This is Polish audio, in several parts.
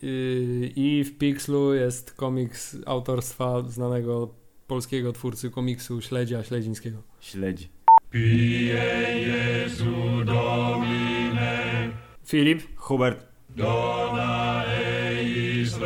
i w Pixlu jest komiks autorstwa znanego polskiego twórcy komiksu Śledzia Śledzińskiego. Śledzi. Pije Jezu Domine. Filip. Hubert. Dona eis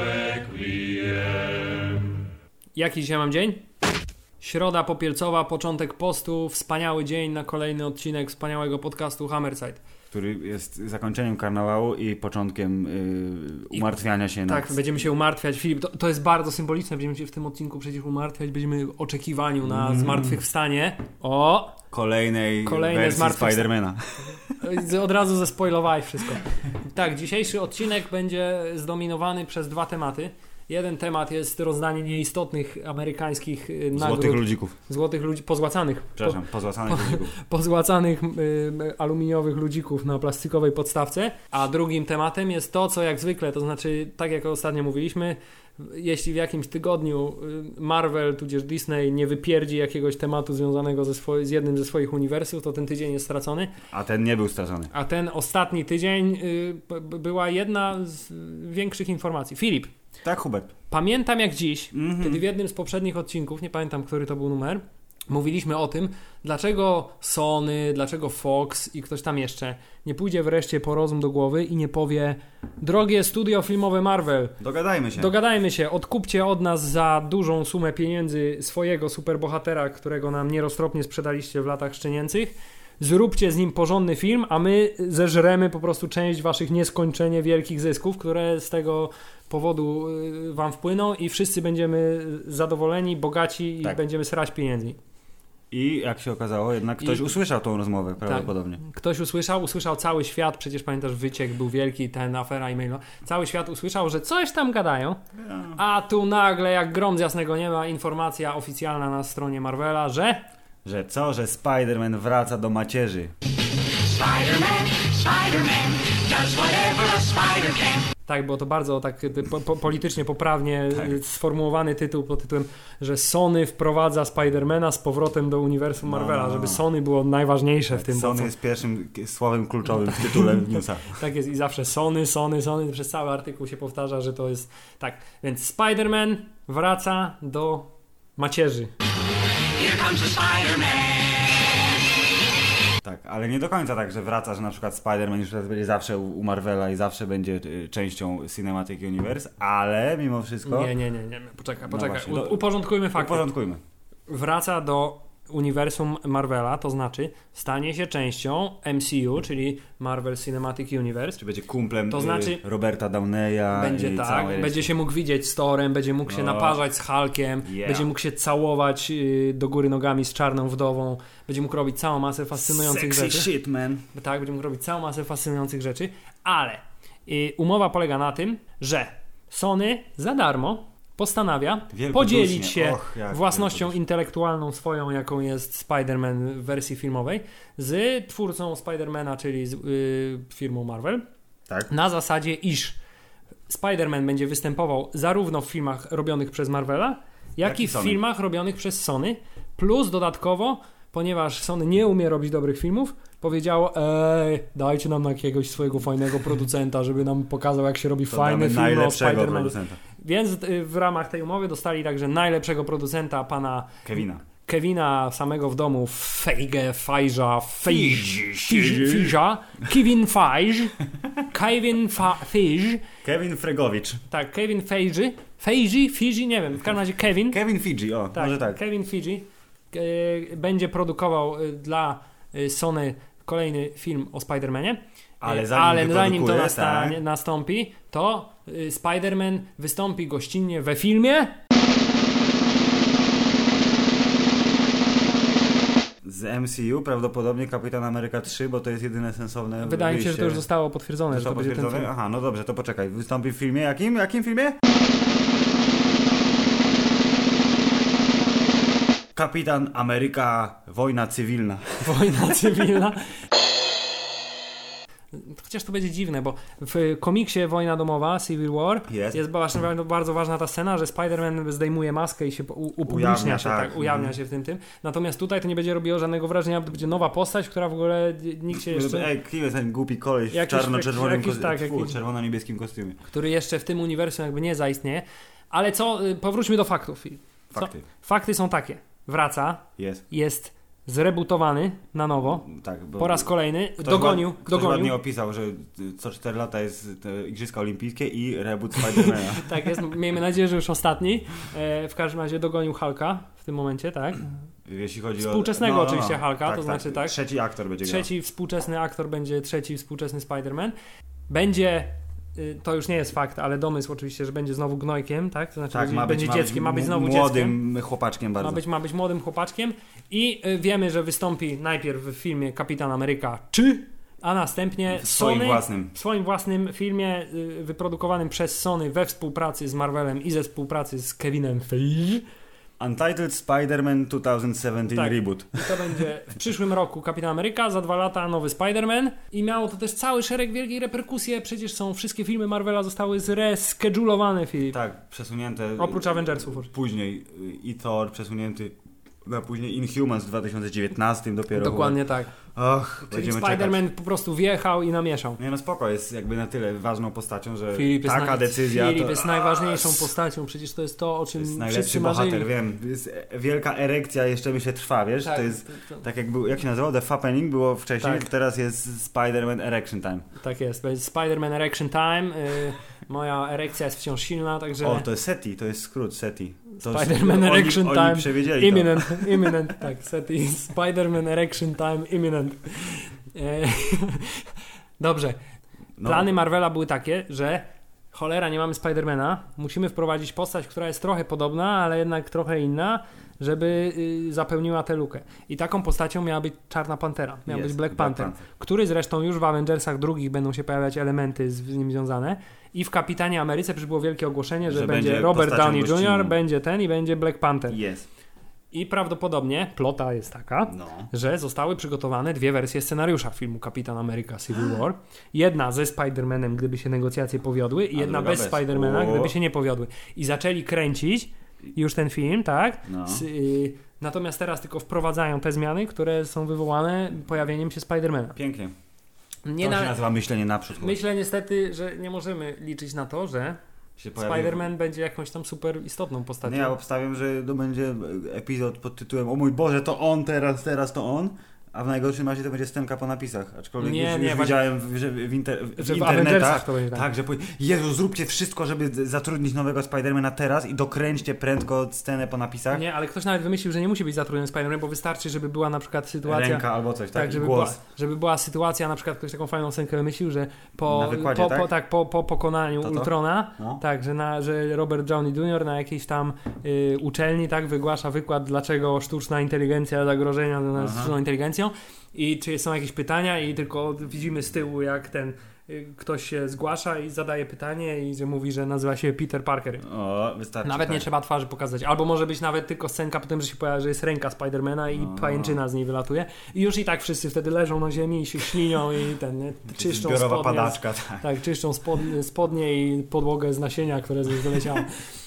requiem. Jaki dzisiaj mam dzień? Środa popielcowa, początek postu, wspaniały dzień na kolejny odcinek wspaniałego podcastu Hammerside. Który jest zakończeniem karnawału i początkiem umartwiania się. Tak, będziemy się umartwiać. Filip, to jest bardzo symboliczne, będziemy się w tym odcinku przecież umartwiać, będziemy w oczekiwaniu na zmartwychwstanie. Kolejnej wersji Spidermana. Od razu zespoilowałeś wszystko. Tak, dzisiejszy odcinek będzie zdominowany przez dwa tematy. Jeden temat jest rozdanie nieistotnych amerykańskich nagród. Złotych ludzi, pozłacanych. Pozłacanych ludzików. Pozłacanych aluminiowych ludzików na plastikowej podstawce. A drugim tematem jest to, co jak zwykle, to znaczy, tak jak ostatnio mówiliśmy, jeśli w jakimś tygodniu Marvel tudzież Disney nie wypierdzi jakiegoś tematu związanego z jednym ze swoich uniwersów, to ten tydzień jest stracony. A ten nie był stracony. A ten ostatni tydzień była jedna z większych informacji. Filip. Tak, Hubert. Pamiętam jak dziś, kiedy w jednym z poprzednich odcinków, nie pamiętam, który to był numer, mówiliśmy o tym, dlaczego Sony, dlaczego Fox i ktoś tam jeszcze nie pójdzie wreszcie po rozum do głowy i nie powie: drogie studio filmowe Marvel, dogadajmy się, odkupcie od nas za dużą sumę pieniędzy swojego superbohatera, którego nam nieroztropnie sprzedaliście w latach szczenięcych. Zróbcie z nim porządny film, a my zeżremy po prostu część waszych nieskończenie wielkich zysków, które z tego powodu wam wpłyną i wszyscy będziemy zadowoleni, bogaci i będziemy srać pieniędzy. I jak się okazało, jednak ktoś usłyszał tą rozmowę prawdopodobnie. Tak. Ktoś usłyszał cały świat, przecież pamiętasz, wyciek był wielki, ten afera e-maila. Cały świat usłyszał, że coś tam gadają, a tu nagle jak grom z jasnego nieba informacja oficjalna na stronie Marvela, że Że Spider-Man wraca do macierzy. Spider-Man does whatever a spider can. Tak, było to bardzo tak politycznie poprawnie sformułowany tytuł pod tytułem, że Sony wprowadza Spidermana z powrotem do uniwersum Marvela, żeby Sony było najważniejsze w tym. Sony jest pierwszym słowem kluczowym w tytule newsa. Tak jest i zawsze Sony, przez cały artykuł się powtarza, że to jest tak. Więc Spider-Man wraca do macierzy. Here comes the Spider-Man. Tak, ale nie do końca tak, że wraca, że na przykład Spider-Man już będzie zawsze u Marvela i zawsze będzie częścią Cinematic Universe, ale mimo wszystko... Nie. Poczekaj. Uporządkujmy fakty. Wraca do uniwersum Marvela, to znaczy stanie się częścią MCU, czyli Marvel Cinematic Universe. Czy będzie kumplem to znaczy, Roberta Downeya. Będzie będzie się mógł widzieć z Thorem, będzie mógł się naparzać z Hulkiem, będzie mógł się całować do góry nogami z Czarną Wdową, będzie mógł robić całą masę fascynujących rzeczy. Sexy shit, man. Tak, będzie mógł robić całą masę fascynujących rzeczy, ale umowa polega na tym, że Sony za darmo postanawia podzielić się własnością intelektualną swoją, jaką jest Spider-Man w wersji filmowej, z twórcą Spider-Mana, czyli z firmą Marvel, na zasadzie, iż Spider-Man będzie występował zarówno w filmach robionych przez Marvela, jak i w filmach robionych przez Sony, plus dodatkowo, ponieważ Sony nie umie robić dobrych filmów, powiedziało: dajcie nam jakiegoś swojego fajnego producenta, żeby nam pokazał, jak się robi fajny film o Spider-Manie. Więc w ramach tej umowy dostali także najlepszego producenta, pana Kevina samego w domu, Kevin Feige. Kevin Fregowicz. Tak, Kevin Feige, nie wiem, w każdym razie Kevin Feige, może tak. Kevin Feige będzie produkował dla Sony kolejny film o Spider-Manie. Ale zanim to nastąpi, to Spider-Man wystąpi gościnnie we filmie z MCU, prawdopodobnie Kapitan Ameryka 3, bo to jest jedyne sensowne. Wydaje mi się, że to już zostało potwierdzone. Będzie ten film. Aha, no dobrze, to poczekaj. Wystąpi w filmie jakim? Jakim filmie? Kapitan Ameryka, wojna cywilna. Wojna cywilna. chociaż to będzie dziwne, bo w komiksie Wojna domowa, Civil War, jest właśnie bardzo ważna ta scena, że Spider-Man zdejmuje maskę i się upublicznia się, ujawnia się w tym. Natomiast tutaj to nie będzie robiło żadnego wrażenia, bo to będzie nowa postać, która w ogóle nikt się jeszcze... Kim jest ten głupi koleś w czarno-czerwonym czerwono-niebieskim kostiumie. Który jeszcze w tym uniwersum jakby nie zaistnieje. Ale powróćmy do faktów. Fakty są takie. Wraca, jest zrebutowany na nowo, po raz kolejny, dogonił. Ładnie opisał, że co 4 lata jest Igrzyska Olimpijskie i reboot Spidermana. Tak jest, miejmy nadzieję, że już ostatni. W każdym razie dogonił Hulka w tym momencie, tak? Jeśli chodzi współczesnego oczywiście Hulka, to znaczy tak. Trzeci aktor będzie grał. Współczesny aktor będzie trzeci współczesny Spider-Man. Będzie... To już nie jest fakt, ale domysł oczywiście, że będzie znowu gnojkiem, tak? To znaczy, będzie dzieckiem, ma być znowu młodym chłopaczkiem bardzo. Ma być młodym chłopaczkiem i wiemy, że wystąpi najpierw w filmie Kapitan Ameryka, a następnie w swoim własnym filmie wyprodukowanym przez Sony we współpracy z Marvelem i ze współpracy z Kevinem Feige. Untitled Spider-Man 2017 Reboot. I to będzie w przyszłym roku Kapitan Ameryka, za 2 lata nowy Spider-Man i miało to też cały szereg wielkich reperkusji. Przecież wszystkie filmy Marvela zostały zreskedulowane, Filip. Tak, przesunięte. Oprócz Avengersów. Później i Thor przesunięty na później Inhumans w 2019 dopiero. Dokładnie tak. Czyli Spider-Man po prostu wjechał i namieszał. Nie no spoko, jest jakby na tyle ważną postacią, że Filip decyzja... Filip jest najważniejszą postacią, przecież to jest to, o czym wszyscy najlepszy marzyli. bohater, wiem. Jest wielka erekcja jeszcze myślę trwa, wiesz? Tak, to jest tak jak się nazywało? The Fappening było wcześniej, teraz jest Spider-Man Erection Time. Tak jest, Spider-Man Erection Time. Moja erekcja jest wciąż silna, także... to jest SETI, to jest skrót SETI. Spider-Man Erection Time. Oni przewidzieli imminent, tak, SETI. Spider-Man Erection Time imminent. Dobrze. Plany Marvela były takie, że cholera, nie mamy Spidermana, musimy wprowadzić postać, która jest trochę podobna, ale jednak trochę inna, żeby zapełniła tę lukę. I taką postacią miała być Czarna Pantera, miał być Black Panther, który zresztą już w Avengersach drugich będą się pojawiać elementy z nim związane. I w Kapitanie Ameryce przecież było wielkie ogłoszenie, że będzie Robert Downey Jr., będzie ten i będzie Black Panther. I prawdopodobnie plota jest taka, że zostały przygotowane 2 wersje scenariusza filmu Kapitan Ameryka Civil War. Jedna ze Spider-Manem, gdyby się negocjacje powiodły, i jedna bez Spider-Mana, gdyby się nie powiodły. I zaczęli kręcić już ten film, tak? Natomiast teraz tylko wprowadzają te zmiany, które są wywołane pojawieniem się Spider-Mana. Pięknie. To się nazywa myślenie naprzód. Myślę niestety, że nie możemy liczyć na to, że Spider-Man będzie jakąś tam super istotną postacią. Nie, ja obstawiam, że to będzie epizod pod tytułem: o mój Boże, to on, teraz to on. A w najgorszym razie to będzie scenka po napisach. Aczkolwiek już widziałem, że w internetach to będzie tak, że Jezu, zróbcie wszystko, żeby zatrudnić nowego Spidermana teraz i dokręćcie prędko scenę po napisach. Nie, ale ktoś nawet wymyślił, że nie musi być zatrudniony Spider-Man, bo wystarczy, żeby była na przykład sytuacja... Ręka albo coś, tak? Żeby była sytuacja, na przykład ktoś taką fajną scenkę wymyślił, że po pokonaniu Ultrona, tak, że Robert Downey Jr. na jakiejś tam uczelni wygłasza wykład, dlaczego sztuczna inteligencja zagrożenia dla sztuczną inteligencją. I czy są jakieś pytania i tylko widzimy z tyłu, jak ktoś się zgłasza i zadaje pytanie i że mówi, że nazywa się Peter Parker. Wystarczy. Nawet nie trzeba twarzy pokazać. Albo może być nawet tylko scenka potem, że się pojawia, że jest ręka Spidermana i pajęczyna z niej wylatuje. I już i tak wszyscy wtedy leżą na ziemi i się ślinią i czyszczą spodnie. Padaczka, tak, czyszczą spodnie i podłogę z nasienia, które z nich wyleciało.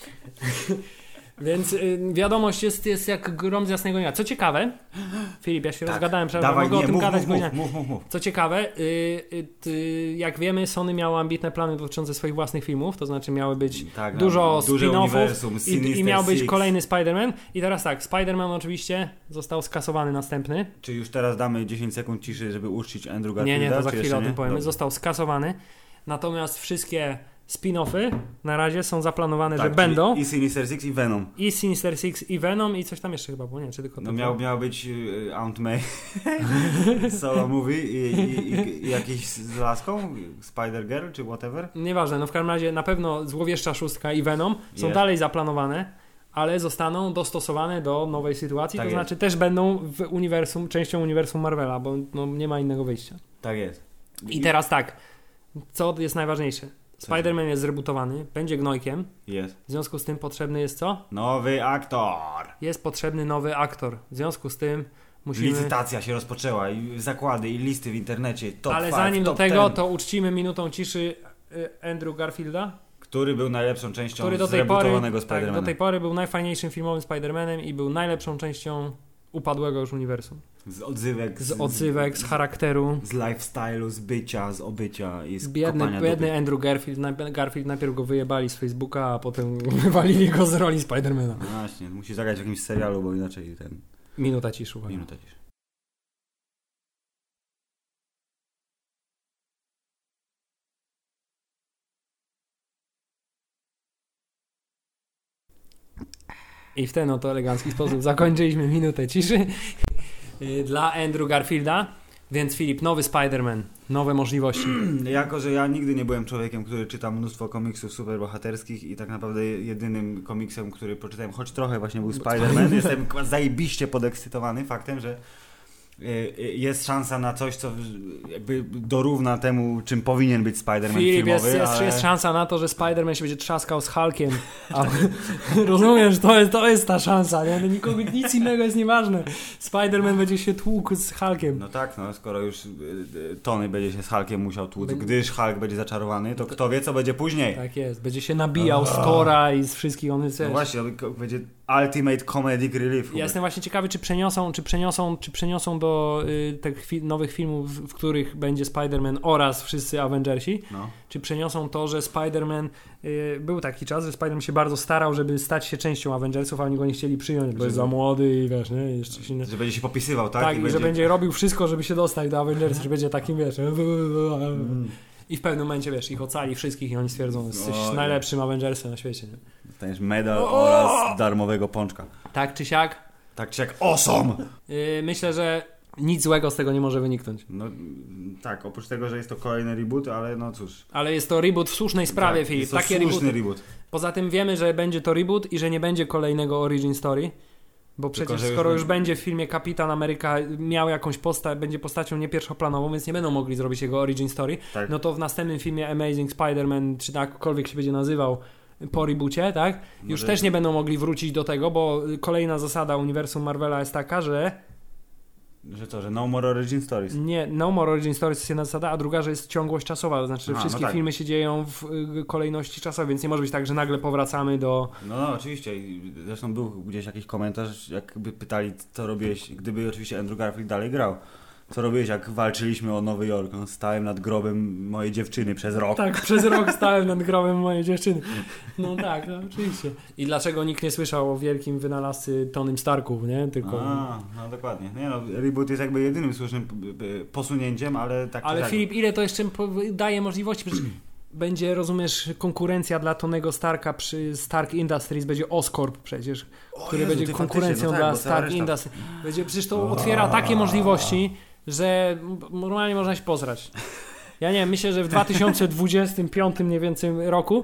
Więc wiadomość jest jak grom z jasnego nieba. Co ciekawe, Filip, ja się rozgadałem, mogę o tym gadać. Mów. Co ciekawe, jak wiemy, Sony miało ambitne plany dotyczące swoich własnych filmów, to znaczy miały być dużo spin-offów i miał być kolejny Spider-Man. I teraz tak, Spider-Man oczywiście został skasowany następny. Czy już teraz damy 10 sekund ciszy, żeby uczcić Andrew Garfielda? Nie, to za chwilę o tym powiemy. Został skasowany. Natomiast wszystkie spin-offy na razie są zaplanowane, że będą. I Sinister Six i Venom. I Sinister Six i Venom i coś tam jeszcze chyba było, nie? Czy tylko miał być Aunt May solo movie i jakiś z laską, Spider-Girl czy whatever. Nieważne, w każdym razie na pewno Złowieszcza Szóstka i Venom są dalej zaplanowane, ale zostaną dostosowane do nowej sytuacji, to znaczy też będą częścią uniwersum Marvela, bo nie ma innego wyjścia. Tak jest. I teraz tak, co jest najważniejsze? Spider-Man jest zrebootowany, będzie gnojkiem. Jest. W związku z tym potrzebny jest co? Nowy aktor. Jest potrzebny nowy aktor. W związku z tym Licytacja się rozpoczęła i zakłady i listy w internecie. Ale zanim do tego, to uczcimy minutą ciszy Andrew Garfielda. Który był najlepszą częścią zrebootowanego Spider-Mana. Tak, do tej pory był najfajniejszym filmowym Spider-Manem i był najlepszą częścią upadłego już uniwersum. Z odzywek, z charakteru. Z lifestyle'u, z bycia, z obycia i z biedny Andrew Garfield najpierw go wyjebali z Facebooka, a potem wywalili go z roli Spider-Mana. No właśnie, musi zagrać w jakimś serialu, bo inaczej Minuta ciszy. Minuta ciszy. I w ten oto elegancki sposób zakończyliśmy minutę ciszy dla Andrew Garfielda. Więc Filip, nowy Spider-Man, nowe możliwości. Jako, że ja nigdy nie byłem człowiekiem, który czyta mnóstwo komiksów superbohaterskich i tak naprawdę jedynym komiksem, który poczytałem choć trochę właśnie był Spider-Man, jestem zajebiście podekscytowany faktem, że jest szansa na coś, co jakby dorówna temu, czym powinien być Spider-Man filmowy. Jest szansa na to, że Spider-Man się będzie trzaskał z Hulkiem. Rozumiesz, to jest ta szansa. Nie? Nikogo, nic innego jest nieważne. Spider-Man będzie się tłukł z Hulkiem. No tak, skoro już Tony będzie się z Hulkiem musiał tłuc, gdyż Hulk będzie zaczarowany, to kto wie, co będzie później. Tak jest. Będzie się nabijał z Tora i z wszystkich. No właśnie, będzie Ultimate Comedic Relief. Ja jestem właśnie ciekawy, czy przeniosą do tych nowych filmów, w których będzie Spider-Man oraz wszyscy Avengersi, czy przeniosą to, że Spider-Man był taki czas, że Spider-Man się bardzo starał, żeby stać się częścią Avengersów, a oni go nie chcieli przyjąć, bo jest za młody i wiesz, nie? Jeszcze się nie... Że będzie się popisywał, tak? Tak, i że będzie robił wszystko, żeby się dostać do Avengersów, że będzie takim, wiesz... I w pewnym momencie, wiesz, ich ocali wszystkich i oni stwierdzą, że jesteś najlepszym Avengersem na świecie. Dostaniesz medal oraz darmowego pączka. Tak czy siak. Awesome! Myślę, że nic złego z tego nie może wyniknąć. No tak, oprócz tego, że jest to kolejny reboot, ale no cóż. Ale jest to reboot w słusznej sprawie, tak, Filip. Jest to słuszny reboot. Poza tym wiemy, że będzie to reboot i że nie będzie kolejnego origin story. Bo przecież skoro już będzie w filmie Kapitan Ameryka miał jakąś postać, będzie postacią nie pierwszoplanową, więc nie będą mogli zrobić jego origin story, tak. No to w następnym filmie Amazing Spider-Man, czy jakkolwiek się będzie nazywał po reboocie, tak? Już też nie będą mogli wrócić do tego, bo kolejna zasada uniwersum Marvela jest taka, że że no more origin stories. Nie, no more origin stories jest jedna zasada, a druga, że jest ciągłość czasowa, to znaczy, że wszystkie filmy się dzieją w kolejności czasowej, więc nie może być tak, że nagle powracamy do... No oczywiście. Zresztą był gdzieś jakiś komentarz, jakby pytali, co robiłeś, gdyby oczywiście Andrew Garfield dalej grał. Co robiłeś, jak walczyliśmy o Nowy Jork? Stałem nad grobem mojej dziewczyny przez rok. Tak, przez rok stałem nad grobem mojej dziewczyny. No tak, oczywiście. I dlaczego nikt nie słyszał o wielkim wynalazcy Tonym Starku, nie? Tylko... No dokładnie. Reboot jest jakby jedynym słusznym posunięciem, ale tak... Ale Filip, ile to jeszcze daje możliwości? Przecież będzie, rozumiesz, konkurencja dla Tonego Starka przy Stark Industries, będzie Oscorp przecież, który będzie konkurencją dla Stark Industries. Przecież to otwiera takie możliwości, że normalnie można się pozrać. Ja nie wiem, myślę, że w 2025 mniej więcej roku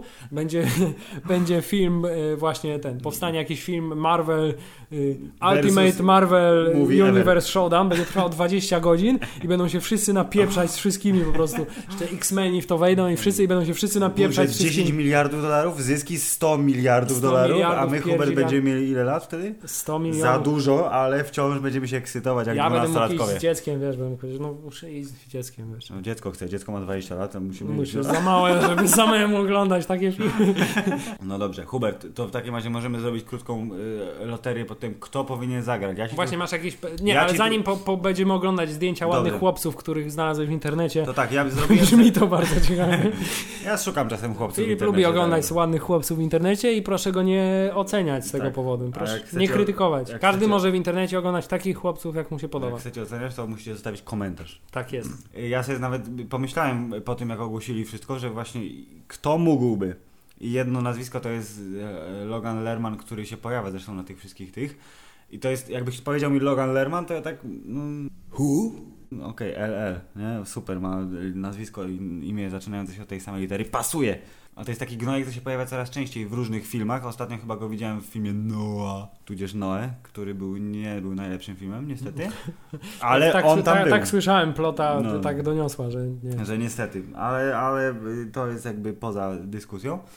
będzie film właśnie powstanie jakiś film Marvel Ultimate Marvel Universe Showdown, będzie trwał 20 godzin i będą się wszyscy napieprzać z wszystkimi po prostu. Jeszcze X-Meni w to wejdą i będą się wszyscy napieprzać z wszystkimi. 10 miliardów dolarów, zyski 100 miliardów dolarów, a my, Hubert, będziemy mieli ile lat wtedy? 100 milionów. Za dużo, ale wciąż będziemy się ekscytować jak 12-latkowie. Ja będę mógł iść z dzieckiem, wiesz, będę powiedzieć, muszę iść z dzieckiem, wiesz. No, dziecko ma 20 lat, to musimy za małe, żeby samemu oglądać takie filmy. No dobrze, Hubert, to w takim razie możemy zrobić krótką loterię pod tym, kto powinien zagrać. Właśnie masz jakieś... Nie, ale zanim będziemy oglądać zdjęcia ładnych chłopców, których znalazłeś w internecie. To tak, ja zrobię... Brzmi to bardzo ciekawe. Ja szukam czasem chłopców w internecie. Lubi oglądać ładnych chłopców w internecie i proszę go nie oceniać z tego powodu. Proszę nie krytykować. Każdy może w internecie oglądać takich chłopców, jak mu się podoba. Jak chcecie oceniać, to musicie zostawić komentarz. Tak jest. Ja sobie nawet pomyślałem po tym, jak ogłosili wszystko, że właśnie kto mógłby. I jedno nazwisko to jest Logan Lerman, który się pojawia zresztą na tych wszystkich tych. I to jest, jakbyś powiedział mi Logan Lerman, to ja tak... Who? Okej, LL, nie? Super, ma nazwisko i imię zaczynające się od tej samej litery. Pasuje! A to jest taki gnojek, który się pojawia coraz częściej w różnych filmach. Ostatnio chyba go widziałem w filmie Noah, tudzież Noe, który nie był najlepszym filmem, niestety. Ale tak, on tam był. Tak słyszałem, plota tak doniosła, że nie. Że niestety, ale to jest jakby poza dyskusją.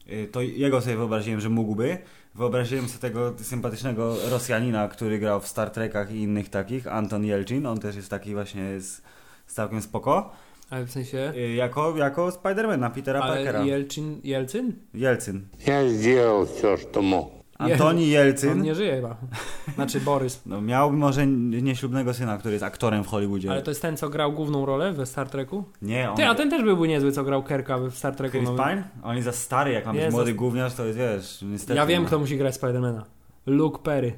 to jego sobie wyobraziłem, że mógłby. Wyobraziłem sobie tego sympatycznego Rosjanina, który grał w Star Trekach i innych takich, Anton Jelcin, on też jest taki właśnie, jest całkiem spoko. Ale w sensie? Jako Spidermana, Petera Parkera. Ale Jelcyn? Jelcyn. Я сделал все, что mог. Antoni Jelcyn. On nie żyje chyba. Znaczy Borys. No miał może nieślubnego syna, który jest aktorem w Hollywoodzie. Ale to jest ten, co grał główną rolę we Star Treku? Nie, on... A ten też byłby niezły, co grał Kirka w Star Treku. Chris Pine? On jest za stary, jak ma być młody gówniarz, to jest, wiesz, niestety. Ja wiem, kto musi grać Spidermana. Luke Perry.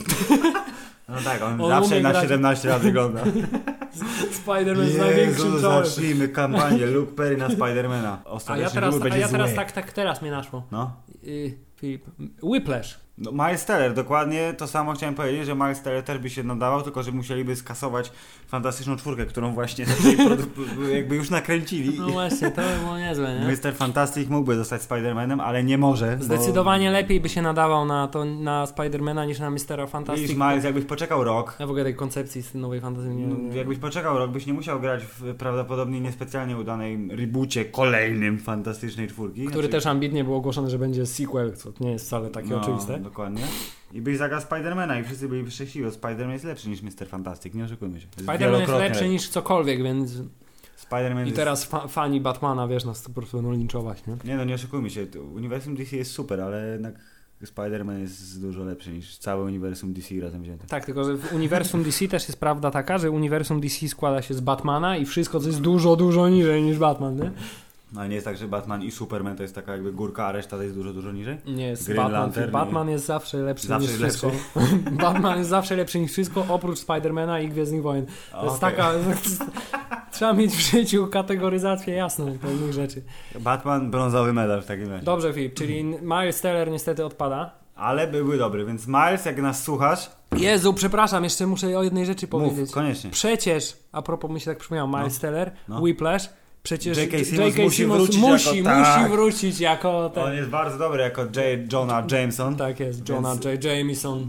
No tak, on zawsze na 17 lat wygląda. Spider-Man z największym czołem. Zacznijmy kampanię Luke Perry na Spidermana. A ja teraz mnie naszło. No. Filip. Whiplash. No, Miles Teller, dokładnie to samo chciałem powiedzieć, że Miles Teller też by się nadawał, tylko że musieliby skasować Fantastyczną Czwórkę, którą właśnie jakby już nakręcili. No właśnie, to by było niezłe, nie? Mr. Fantastic mógłby zostać Spider-Manem, ale nie może. Zdecydowanie lepiej by się nadawał na Spider-Mana niż na Mr. Fantastic. Widzisz, Miles, jakbyś poczekał rok. Ja w ogóle tej koncepcji z nowej fantasy nie... Jakbyś poczekał rok, byś nie musiał grać w prawdopodobnie niespecjalnie udanej reboocie kolejnym Fantastycznej Czwórki. Który też ambitnie był ogłoszony, że będzie sequel, co nie jest wcale takie oczywiste. Dokładnie. I byś zagrał Spidermana i wszyscy byli szczęśliwi. Spider-Man jest lepszy niż Mr. Fantastic, nie oszukujmy się. Spider-Man jest lepszy niż cokolwiek, więc... Spider-Man I teraz fani Batmana, wiesz, nas to po prostu będą linczować, nie? Nie oszukujmy się. Uniwersum DC jest super, ale jednak Spider-Man jest dużo lepszy niż całe uniwersum DC razem wzięte. Tak, tylko że w uniwersum DC też jest prawda taka, że uniwersum DC składa się z Batmana i wszystko, co jest dużo, dużo niżej niż Batman, nie? Ale nie jest tak, że Batman i Superman to jest taka jakby górka, a reszta to jest dużo, dużo niżej? Nie jest. Lantern, Batman jest zawsze lepszy niż wszystko. Lepszy. Batman jest zawsze lepszy niż wszystko, oprócz Spidermana i Gwiezdnych Wojen. To jest taka... Trzeba mieć w życiu kategoryzację jasną pewnych rzeczy. Batman brązowy medal w takim razie. Dobrze, Filip, czyli Miles Teller niestety odpada. Ale byłby dobry, więc Miles, jak nas słuchasz... Jezu, przepraszam, jeszcze muszę o jednej rzeczy powiedzieć. Mów, koniecznie. Przecież, a propos, mi się tak przypomniał, Miles Teller, Whiplash, przecież J.K. Simmons musi wrócić jako ten. On jest bardzo dobry jako J. Jonah Jameson. Tak jest, Jonah J. Jameson.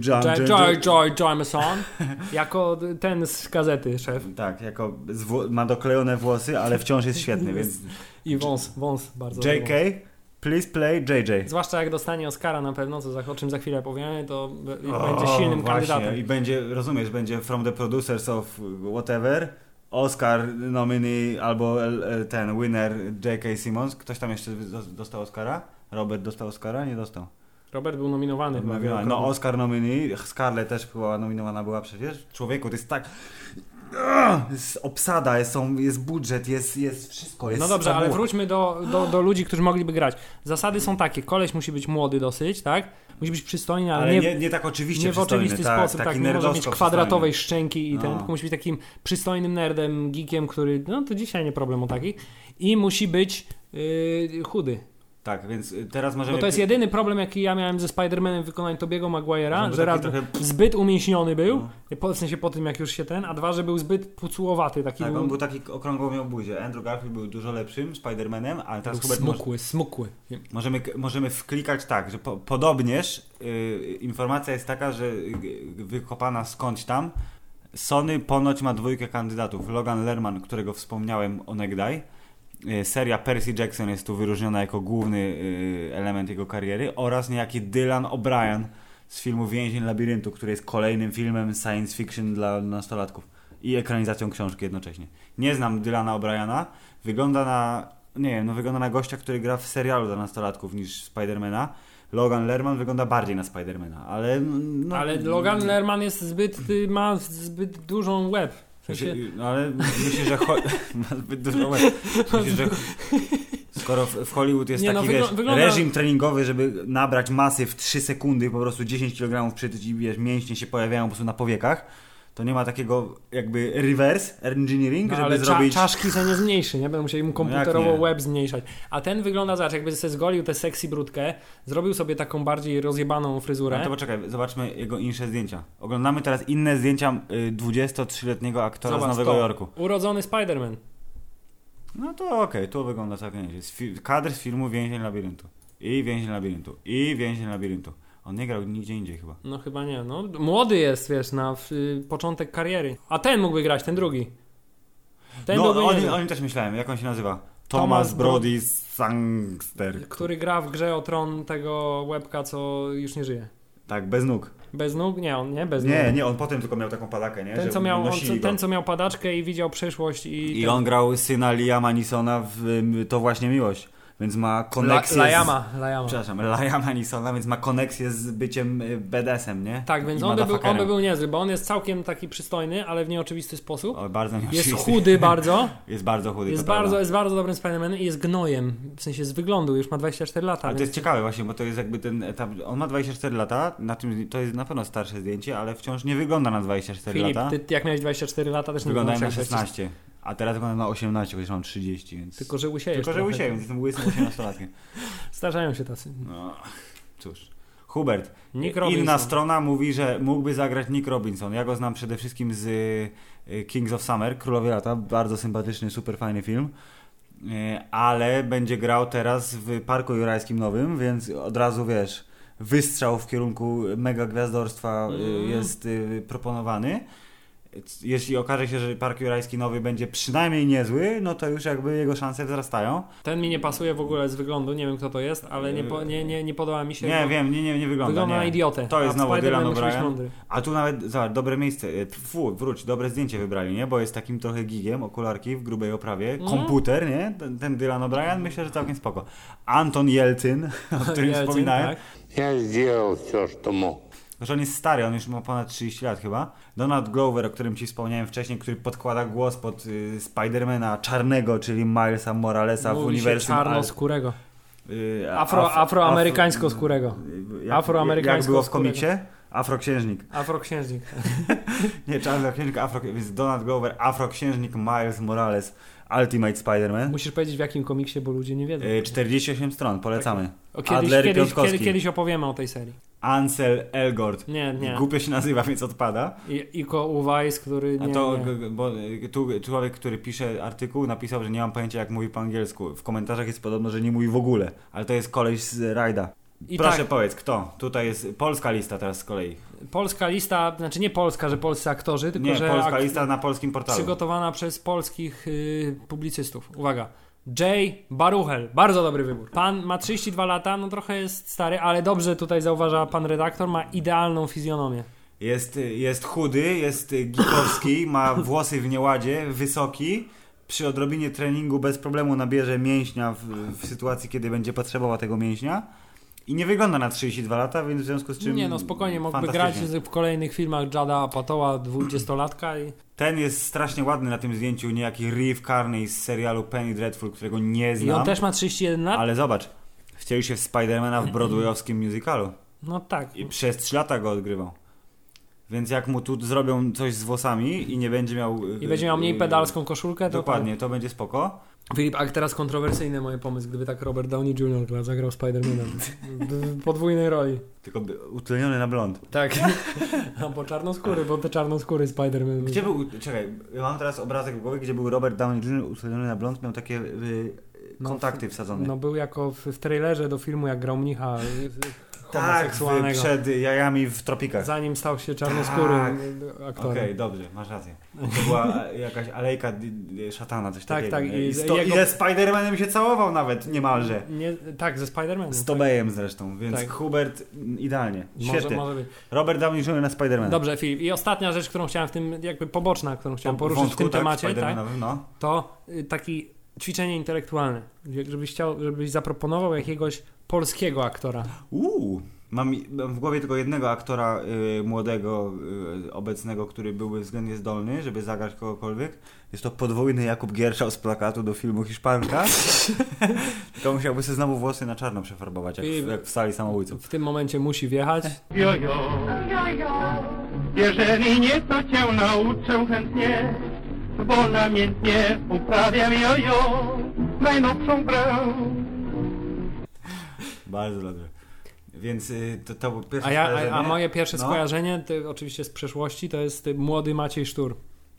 J. Jameson. Jako ten z gazety, szef. Tak, jako ma doklejone włosy, ale wciąż jest świetny, więc... I wąs bardzo. J.K. Please play JJ. Zwłaszcza jak dostanie Oscara na pewno, o czym za chwilę powiemy, to będzie silnym kandydatem. I będzie, rozumiesz, będzie from the producers of whatever, Oscar nominee albo ten winner J.K. Simmons. Ktoś tam jeszcze dostał Oscara? Robert dostał Oscara? Nie dostał. Robert był nominowany. No Oscar nominee, Scarlett też była nominowana przecież. Człowieku, to jest tak... Jest obsada, jest budżet, jest wszystko. Jest no dobrze, ale wróćmy do ludzi, którzy mogliby grać. Zasady są takie, koleś musi być młody dosyć, tak? Musi być przystojny, ale nie tak oczywiście nie w oczywisty sposób, tak, nie może mieć kwadratowej szczęki i tylko musi być takim przystojnym nerdem, geekiem, który, no to dzisiaj nie problem o takich, i musi być chudy. Tak, więc teraz możemy... Bo to jest jedyny problem, jaki ja miałem ze Spider-Manem w wykonaniu Tobiego Maguire'a, że raz zbyt umięśniony był, w sensie po tym jak już się a dwa, że był zbyt pucułowaty. Tak, on był taki okrągłą miał buzię. Andrew Garfield był dużo lepszym Spider-Manem, ale teraz Hubert smukły. Możemy wklikać tak, że podobnież informacja jest taka, że wykopana skądś tam Sony ponoć ma 2 kandydatów. Logan Lerman, którego wspomniałem onegdaj. Seria Percy Jackson jest tu wyróżniona jako główny element jego kariery oraz niejaki Dylan O'Brien z filmu Więzień Labiryntu, który jest kolejnym filmem science fiction dla nastolatków i ekranizacją książki jednocześnie. Nie znam Dylana O'Briena, wygląda na gościa, który gra w serialu dla nastolatków niż Spidermana. Logan Lerman wygląda bardziej na Spidermana, ale... ale Logan Lerman jest ma zbyt dużą łeb. Ale myślę, że ma zbyt dużo łeb. Myślę, że skoro w Hollywood jest taki reżim treningowy, żeby nabrać masy w 3 sekundy, po prostu 10 kg przytyć i mięśnie się pojawiają po prostu na powiekach, to nie ma takiego jakby reverse engineering, żeby ale zrobić... czaszki se nie zmniejszy, nie? Będą musieli mu komputerowo łeb zmniejszać. A ten wygląda, zobacz, jakby sobie zgolił tę sexy brudkę, zrobił sobie taką bardziej rozjebaną fryzurę. No to poczekaj, zobaczmy jego insze zdjęcia. Oglądamy teraz inne zdjęcia 23-letniego aktora z Nowego Jorku. Urodzony Spider-Man. No to okej, tu wygląda całkiem nieźle. Kadr z filmu Więzień Labiryntu. I Więzień Labiryntu. I Więzień Labiryntu. On nie grał nigdzie indziej chyba. No chyba nie, no. Młody jest, wiesz, na początek kariery. A ten mógłby grać, ten drugi. O nim też myślałem, jak on się nazywa? Thomas Brody Sangster. Który gra w grze o tron tego łebka, co już nie żyje. Tak, bez nóg. Bez nóg? Nie, on nie, bez nóg. Nie, on potem tylko miał taką padakę, nie? Ten, co miał padaczkę i widział przyszłość. I on grał syna Liama Neesona w To właśnie miłość. Więc ma koneksję Liama Neesona, więc ma koneksję z byciem BDS-em, nie? Tak, więc on by był niezły, bo on jest całkiem taki przystojny, ale w nieoczywisty sposób. Bardzo nieoczywisty. Jest chudy bardzo. Jest bardzo chudy, jest bardzo dobrym Spider-Manem i jest gnojem. W sensie z wyglądu, już ma 24 lata. Ale to jest ciekawe właśnie, bo to jest jakby ten etap. On ma 24 lata, to jest na pewno starsze zdjęcie, ale wciąż nie wygląda na 24 lata. Ty jak miałeś 24 lata też nie wyglądałem na 16. A teraz wyglądam na 18, chociaż mam 30, więc... Tylko, że łysiejesz. Więc jestem łysym 18-latkiem. Zdarzają się tacy. No, cóż. Hubert, inna strona mówi, że mógłby zagrać Nick Robinson. Ja go znam przede wszystkim z Kings of Summer, Królowie Lata. Bardzo sympatyczny, super fajny film. Ale będzie grał teraz w Parku Jurajskim Nowym, więc od razu wiesz, wystrzał w kierunku mega gwiazdorstwa jest proponowany. Jeśli okaże się, że Park Jurajski Nowy będzie przynajmniej niezły, no to już jakby jego szanse wzrastają. Ten mi nie pasuje w ogóle z wyglądu, nie wiem kto to jest, ale nie podoba mi się. Nie wiem, nie wygląda. Wygląda na idiotę. To jest znowu Dylan O'Brien. A tu nawet, zobacz, dobre miejsce, wróć, dobre zdjęcie wybrali, nie? Bo jest takim trochę gigiem, okularki w grubej oprawie, komputer, nie? Ten Dylan O'Brien, myślę, że całkiem spoko. Anton Jelcyn, o którym wspominałem. Tak. Я сделал все, что мог. Że on jest stary, on już ma ponad 30 lat chyba. Donald Glover, o którym ci wspomniałem wcześniej, który podkłada głos pod Spidermana czarnego, czyli Milesa Moralesa w uniwersum czarnoskórego. Afroamerykańsko-skórego. Jak było w komiksie? Afroksiężnik. Afroksiężnik. Nie, czarnoksiężnik, więc Donald Glover, Afroksiężnik Miles Morales, Ultimate Spider-Man. Musisz powiedzieć w jakim komiksie, bo ludzie nie wiedzą. 48 stron, polecamy. Kiedyś opowiemy o tej serii. Ansel Elgort. Nie. Głupio się nazywa, więc odpada. Iko Uwais, który nie... Bo tu człowiek, który pisze artykuł, napisał, że nie mam pojęcia jak mówi po angielsku. W komentarzach jest podobno, że nie mówi w ogóle. Ale to jest koleś z Rajda. Proszę powiedz, kto? Tutaj jest polska lista teraz z kolei. Polska lista, znaczy nie polska, że polscy aktorzy, tylko nie, że... polska lista na polskim portalu. Przygotowana przez polskich publicystów. Uwaga. Jay Baruchel. Bardzo dobry wybór. Pan ma 32 lata, no trochę jest stary, ale dobrze tutaj zauważa pan redaktor, ma idealną fizjonomię. Jest chudy, jest gikowski, ma włosy w nieładzie, wysoki. Przy odrobinie treningu bez problemu nabierze mięśnia w sytuacji, kiedy będzie potrzebował tego mięśnia. I nie wygląda na 32 lata, więc w związku z czym... Nie, no spokojnie, mógłby grać w kolejnych filmach Jada Apatowa, 20-latka i... Ten jest strasznie ładny na tym zdjęciu, niejaki Reeve Carney z serialu Penny Dreadful, którego nie znam. I on też ma 31 lat? Ale zobacz, wcielił się w Spidermana w broadwayowskim musicalu. No tak. I przez 3 lata go odgrywał. Więc jak mu tu zrobią coś z włosami i nie będzie miał... I będzie miał mniej pedalską koszulkę, to... Dokładnie, to będzie spoko. Filip, a teraz kontrowersyjny mój pomysł, gdyby tak Robert Downey Jr. zagrał Spider-Manem w podwójnej roli. Tylko utleniony na blond. Tak. Bo czarnoskóry, bo te czarnoskóry Spider-Man. Gdzie był... Czekaj, mam teraz obrazek w głowie, gdzie był Robert Downey Jr. utleniony na blond, miał takie kontakty wsadzone. No był jako w trailerze do filmu, jak grał mnicha homoseksualnego. Tak, przed jajami w tropikach. Zanim stał się czarnoskórym aktorem. Okej, dobrze, masz rację. To była jakaś alejka szatana, coś takiego. Tak, i ze Spider-Manem się całował nawet niemalże. Tak, ze Spider-Manem. Z Tobejem zresztą, więc tak. Hubert idealnie. Świetnie. Może być. Robert Downey Jr. na Spider-Mana. Dobrze, Filip. I ostatnia rzecz, którą chciałem w tym, jakby poboczna, którą chciałem poruszyć w tym temacie, to taki ćwiczenie intelektualne. Żebyś zaproponował jakiegoś polskiego aktora. Mam w głowie tylko jednego aktora młodego, obecnego, który byłby względnie zdolny, żeby zagrać kogokolwiek. Jest to podwójny Jakub Gierszał z plakatu do filmu Hiszpanka. Tylko musiałby sobie znowu włosy na czarno przefarbować, jak w Sali Samobójców. W tym momencie musi wjechać. Jojo, jeżeli nie, to cię nauczę chętnie, bo namiętnie uprawiam jojo, najnowszą grę. Bardzo dobrze. Więc to było pierwsze skojarzenie. A moje pierwsze skojarzenie, oczywiście z przeszłości, to jest młody Maciej Sztur.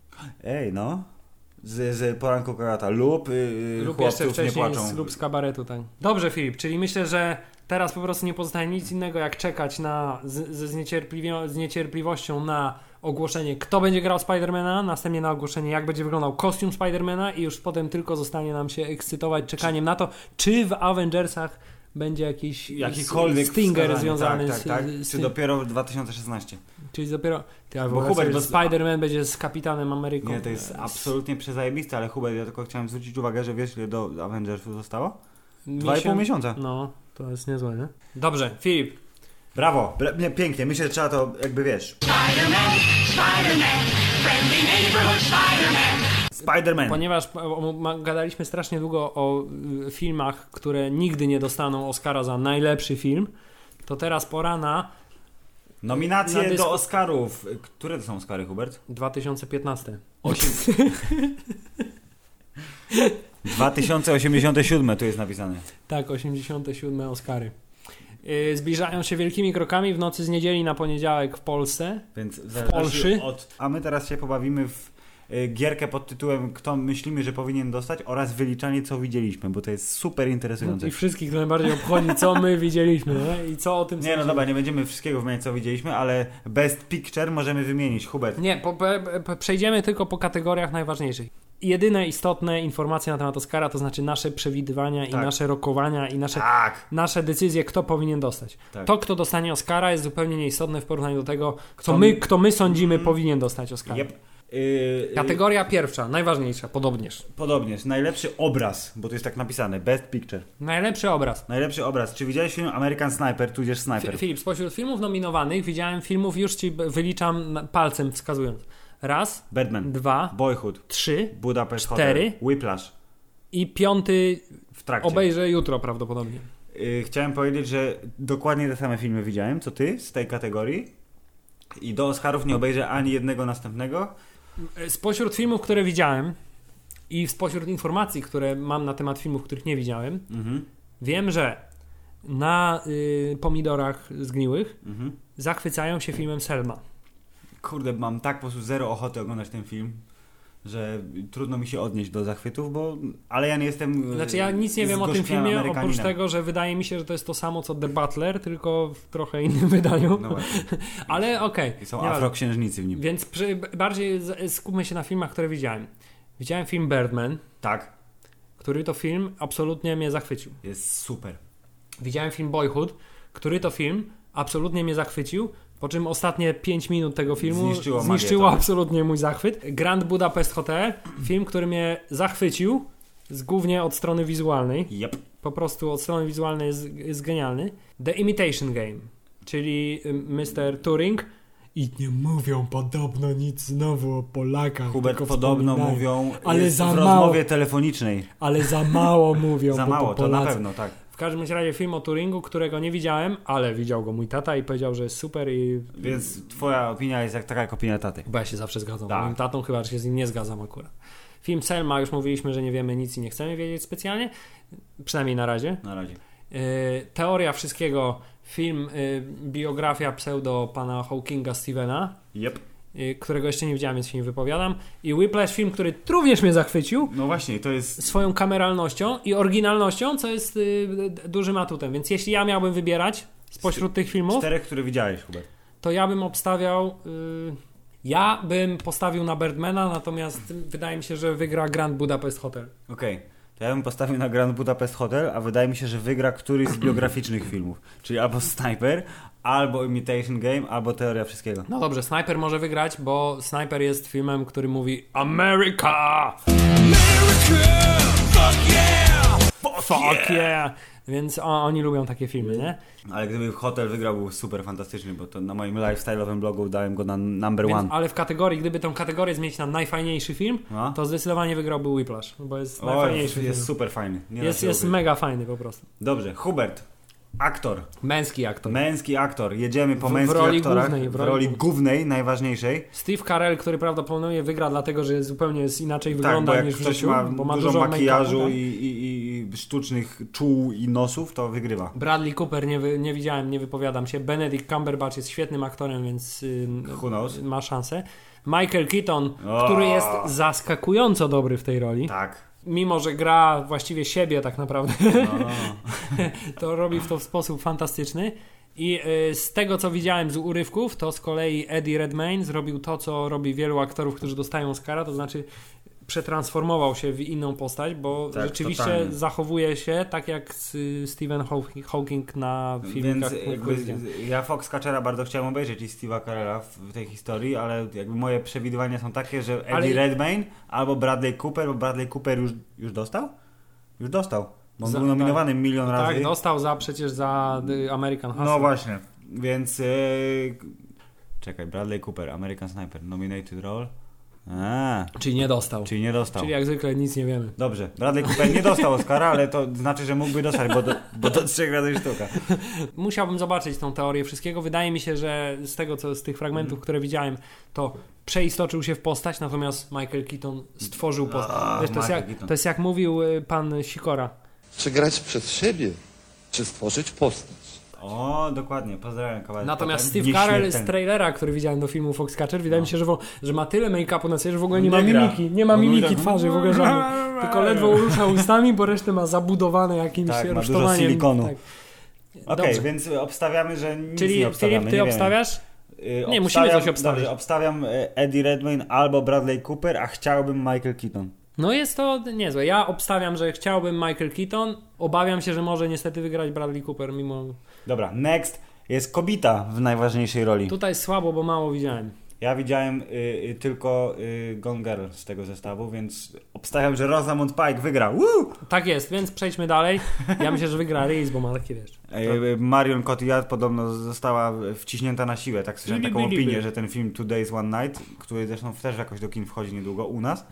Z Poranku Karata lub jeszcze wcześniej lub z kabaretu. Tak. Dobrze, Filip, czyli myślę, że teraz po prostu nie pozostaje nic innego jak czekać z niecierpliwością na ogłoszenie, kto będzie grał Spidermana, następnie na ogłoszenie, jak będzie wyglądał kostium Spidermana i już potem tylko zostanie nam się ekscytować czekaniem na to, czy w Avengersach będzie jakikolwiek stinger związany z czy tym. dopiero w 2016. Czyli dopiero... Spider-Man będzie z Kapitanem Ameryką. Nie, to jest absolutnie przezajebiste, ale Hubert, ja tylko chciałem zwrócić uwagę, że wiesz, ile do Avengersów zostało? 2,5 miesiąca. No, to jest niezłe, nie? Dobrze, Filip. Brawo, pięknie, myślę, że trzeba to jakby wiesz. Spider-Man, friendly neighborhood Spider-Man. Ponieważ gadaliśmy strasznie długo o filmach, które nigdy nie dostaną Oscara za najlepszy film, to teraz pora na nominacje do Oscarów. Które to są Oscary, Hubert? 2015. 2087 tu jest napisane. Tak, 87 Oscary. Zbliżają się wielkimi krokami w nocy z niedzieli na poniedziałek w Polsce. Więc w Polsce. A my teraz się pobawimy w gierkę pod tytułem kto myślimy, że powinien dostać oraz wyliczanie co widzieliśmy, bo to jest super interesujące. I wszystkich najbardziej obchodzi co my widzieliśmy, nie? I co o tym Nie, no dobra, nie będziemy wszystkiego wymieniać co widzieliśmy, ale Best Picture możemy wymienić. Hubert. Nie, przejdziemy tylko po kategoriach najważniejszych. Jedyne istotne informacje na temat Oscara, to znaczy nasze przewidywania i nasze rokowania i nasze decyzje, kto powinien dostać. Tak. To, kto dostanie Oscara, jest zupełnie nieistotne w porównaniu do tego, kto my sądzimy powinien dostać Oscara. Yep. Kategoria pierwsza, najważniejsza, podobnież. Najlepszy obraz, bo to jest tak napisane, Best Picture. Najlepszy obraz. Czy widziałeś film American Sniper, tudzież Sniper? Filip, spośród filmów nominowanych widziałem filmów, już ci wyliczam palcem wskazując. Raz, Batman, 2, Boyhood, 3, Budapest 4, Hotel, Whiplash i 5 w trakcie. Obejrzę jutro prawdopodobnie. Chciałem powiedzieć, że dokładnie te same filmy widziałem, co ty z tej kategorii i do Oscarów nie obejrzę ani jednego następnego. Spośród filmów, które widziałem i spośród informacji, które mam na temat filmów, których nie widziałem, wiem, że na pomidorach zgniłych zachwycają się filmem Selma. Kurde, mam tak po prostu zero ochoty oglądać ten film, że trudno mi się odnieść do zachwytów, ale ja nie jestem... Znaczy ja nic nie wiem o tym filmie, oprócz tego, że wydaje mi się, że to jest to samo co The Butler, tylko w trochę innym wydaniu. No ale okej. I są afroksiężnicy w nim. Więc bardziej skupmy się na filmach, które widziałem. Widziałem film Birdman. Tak. Który to film absolutnie mnie zachwycił. Jest super. Widziałem film Boyhood, który to film absolutnie mnie zachwycił. Po czym ostatnie 5 minut tego filmu zniszczyło absolutnie mój zachwyt. Grand Budapest Hotel, film, który mnie zachwycił, głównie od strony wizualnej. Yep. Po prostu od strony wizualnej jest genialny. The Imitation Game, czyli Mr. Turing. I nie mówią podobno nic znowu o Polakach. Hubert, podobno mówią w rozmowie telefonicznej. Ale za mało mówią. Za mało, to na pewno, tak. W każdym razie film o Turingu, którego nie widziałem, ale widział go mój tata i powiedział, że jest super i... Więc twoja opinia jest taka jak opinia taty. Bo ja się zawsze zgadzam. Tak. Moim tatą chyba, że się z nim nie zgadzam akurat. Film Selma, już mówiliśmy, że nie wiemy nic i nie chcemy wiedzieć specjalnie. Przynajmniej na razie. Teoria wszystkiego. Film, biografia pseudo pana Hawkinga Stevena. Yep. Którego jeszcze nie widziałem, więc się nie wypowiadam. I Whiplash, film, który również mnie zachwycił. No właśnie, to jest... swoją kameralnością i oryginalnością, co jest dużym atutem. Więc jeśli ja miałbym wybierać spośród tych filmów... 4, które widziałeś, Hubert. To ja bym obstawiał... ja bym postawił na Birdmana, natomiast wydaje mi się, że wygra Grand Budapest Hotel. Okej. To ja bym postawił na Grand Budapest Hotel, a wydaje mi się, że wygra któryś z biograficznych filmów. Czyli albo Sniper, albo Imitation Game, albo Teoria Wszystkiego. No dobrze, Sniper może wygrać, bo Sniper jest filmem, który mówi America! America! Fuck yeah! Fuck yeah! Więc oni lubią takie filmy, nie? Ale gdyby Hotel wygrał, był super fantastyczny, bo to na moim lifestyle'owym blogu dałem go na number one. Ale w kategorii, gdyby tę kategorię zmienić na najfajniejszy film, to zdecydowanie wygrałby Whiplash, bo jest najfajniejszy film. Jest super fajny. Jest mega fajny po prostu. Dobrze, Hubert. Aktor. Męski aktor. Jedziemy po męskich aktorach. W roli głównej, najważniejszej. Steve Carell, który prawdopodobnie wygra, dlatego że zupełnie inaczej wygląda niż w życiu. Bo ma dużo makijażu i sztucznych czuł i nosów, to wygrywa. Bradley Cooper nie widziałem, nie wypowiadam się. Benedict Cumberbatch jest świetnym aktorem, więc ma szansę. Michael Keaton, który jest zaskakująco dobry w tej roli. Tak. mimo że gra właściwie siebie tak naprawdę, to robi w to w sposób fantastyczny. I z tego, co widziałem z urywków, to z kolei Eddie Redmayne zrobił to, co robi wielu aktorów, którzy dostają Oscara, to znaczy przetransformował się w inną postać, bo tak, rzeczywiście totalnie zachowuje się tak jak Stephen Hawking na filmikach. Ja Foxcatchera bardzo chciałem obejrzeć i Steve'a Carella w tej historii, ale jakby moje przewidywania są takie, że Eddie Redmayne albo Bradley Cooper, bo Bradley Cooper już dostał? Już dostał. Bo on był nominowany milion razy. Tak, dostał przecież za American Hustle. No właśnie, więc czekaj, Bradley Cooper, American Sniper, nominated role. Czyli nie dostał. Czyli jak zwykle nic nie wiemy. Dobrze, Bradley Cooper nie dostał Oscara, ale to znaczy, że mógłby dostać, bo to 3 razy sztuka. Musiałbym zobaczyć tą teorię wszystkiego. Wydaje mi się, że z tych fragmentów, które widziałem, to przeistoczył się w postać, natomiast Michael Keaton stworzył postać. To jest jak mówił pan Sikora. Czy grać przed siebie, czy stworzyć postać? O, dokładnie, pozdrawiam kawałek. Natomiast Steve Carell z trailera, który widziałem do filmu Foxcatcher, wydaje mi się, że ma tyle make-upu na sobie, że w ogóle nie ma mimiki. Nie ma mimiki twarzy w ogóle żadnej. Tylko ledwo rusza ustami, bo resztę ma zabudowane jakimś rusztowaniem. Dużo silikonu. Tak. Okej, więc obstawiamy, że nic nie obstawiamy. Filip, ty obstawiasz? Nie, musimy coś obstawić. Dobrze, obstawiam Eddie Redmayne albo Bradley Cooper, a chciałbym Michael Keaton. No jest to niezłe. Ja obstawiam, że chciałbym Michael Keaton. Obawiam się, że może niestety wygrać Bradley Cooper mimo... Dobra, next jest Kobita w najważniejszej roli. Tutaj słabo, bo mało widziałem. Ja widziałem tylko Gone Girl z tego zestawu, więc obstawiam, że Rosamund Pike wygra. Woo! Tak jest, więc przejdźmy dalej. Ja myślę, że wygra Reese, bo ma takie, wiesz. Marion Cotillard podobno została wciśnięta na siłę. Tak słyszałem taką opinię, że ten film Two Days, One Night, który zresztą też jakoś do kin wchodzi niedługo u nas,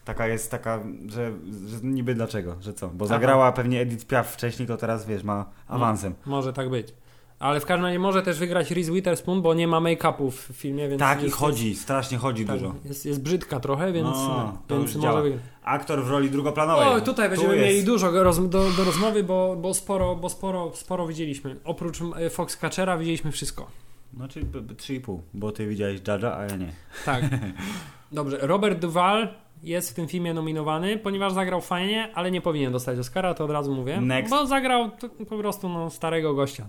że niby dlaczego, że co? Bo zagrała pewnie Edith Piaf wcześniej, to teraz wiesz, ma awansem. Może tak być. Ale w każdym razie może też wygrać Reese Witherspoon, bo nie ma make-upu w filmie, więc... Tak, i chodzi, strasznie chodzi dużo. Jest brzydka trochę, więc może wygrać. Aktor w roli drugoplanowej. O, tutaj będziemy mieli dużo do rozmowy, bo sporo widzieliśmy. Oprócz Foxcatchera widzieliśmy wszystko. No, czyli 3,5, bo ty widziałeś Jaja, a ja nie. Tak. Dobrze, Robert Duvall jest w tym filmie nominowany, ponieważ zagrał fajnie, ale nie powinien dostać Oscara, to od razu mówię. Next. Bo zagrał po prostu starego gościa.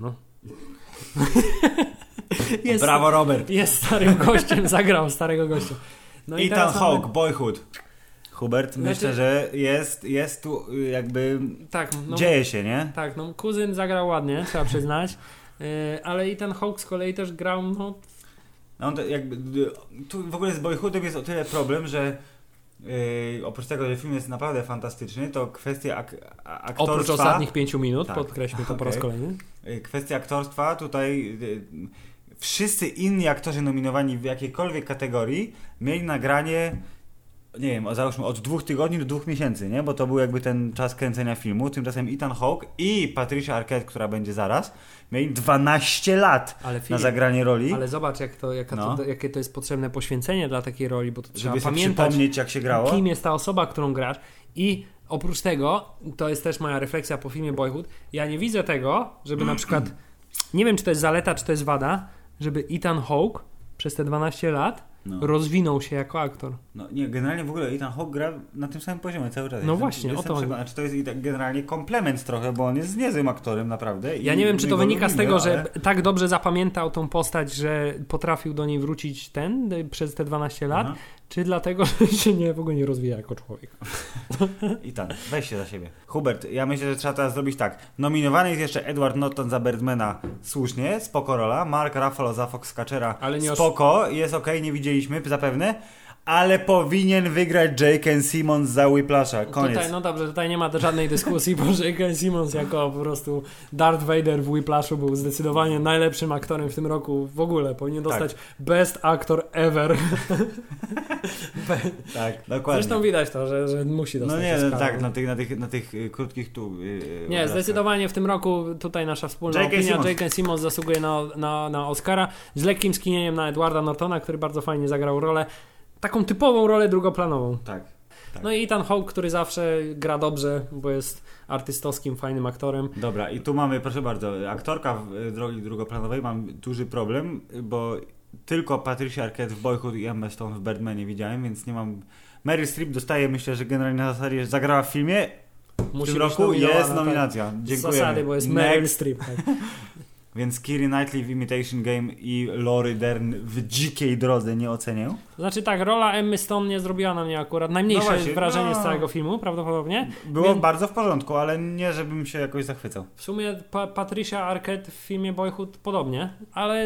Brawo, Robert. Jest starym gościem, zagrał starego gościa. No Ethan Hawke, Boyhood. Hubert, myślę, że jest tu jakby... Tak, dzieje się, nie? Tak, kuzyn zagrał ładnie, trzeba przyznać. Ale Ethan Hawke z kolei też grał... tu w ogóle z Boyhoodem jest o tyle problem, że oprócz tego, że film jest naprawdę fantastyczny, to kwestia aktorstwa... Oprócz ostatnich 5 minut, tak, podkreślmy to po raz kolejny. Kwestia aktorstwa tutaj... Wszyscy inni aktorzy nominowani w jakiejkolwiek kategorii mieli nagranie, nie wiem, załóżmy od 2 tygodni do 2 miesięcy, nie? Bo to był jakby ten czas kręcenia filmu. Tymczasem Ethan Hawke i Patricia Arquette, która będzie zaraz, mieli 12 lat na zagranie roli. Ale zobacz, jakie to jest potrzebne poświęcenie dla takiej roli, bo to trzeba pamiętać, jak się grało. Kim jest ta osoba, którą grasz. I oprócz tego, to jest też moja refleksja po filmie Boyhood, ja nie widzę tego, żeby na przykład, nie wiem, czy to jest zaleta, czy to jest wada, żeby Ethan Hawke przez te 12 lat rozwinął się jako aktor. No nie, generalnie w ogóle Ethan Hawke gra na tym samym poziomie cały czas. No właśnie, o to chodzi. Znaczy to jest generalnie komplement trochę, bo on jest niezłym aktorem naprawdę. Ja nie wiem, czy to wynika z tego, że tak dobrze zapamiętał tą postać, że potrafił do niej wrócić przez te 12 lat, czy dlatego, że się w ogóle nie rozwija jako człowiek. Ethan, weź się za siebie. Hubert, ja myślę, że trzeba teraz zrobić tak. Nominowany jest jeszcze Edward Norton za Birdmana, słusznie, spoko rola. Mark Ruffalo za Foxcatchera, spoko, jest okej, nie widzieliśmy zapewne. Ale powinien wygrać J.K. Simmons za Whiplasha. Koniec. Tutaj nie ma żadnej dyskusji, bo J.K. Simmons jako po prostu Darth Vader w Whiplashu był zdecydowanie najlepszym aktorem w tym roku w ogóle. Powinien dostać Best Actor Ever. Tak, dokładnie. Zresztą widać to, że musi dostać. Na tych krótkich Nie, zdecydowanie w tym roku tutaj nasza wspólna opinia. J.K. Simmons zasługuje na Oscara z lekkim skinieniem na Edwarda Nortona, który bardzo fajnie zagrał rolę. Taką typową rolę drugoplanową. Tak. No i Ethan Hawke, który zawsze gra dobrze, bo jest artystowskim, fajnym aktorem. Dobra, i tu mamy, proszę bardzo, aktorka w roli drugoplanowej, mam duży problem, bo tylko Patricia Arquette w Boyhood i Emma Stone w Birdmanie widziałem, więc nie mam Meryl Streep dostaje, myślę, że generalnie na zasadzie, że zagrała w filmie, w tym roku jest nominacja. Dziękuję. Z zasady, bo jest Meryl Streep. Tak. Więc Keira Knightley w Imitation Game i Laura Dern w Dzikiej Drodze nie ocenię. To znaczy tak, rola Emmy Stone nie zrobiła na mnie akurat najmniejsze wrażenie z całego filmu, prawdopodobnie. Było bardzo w porządku, ale nie, żebym się jakoś zachwycał. W sumie Patricia Arquette w filmie Boyhood podobnie, ale...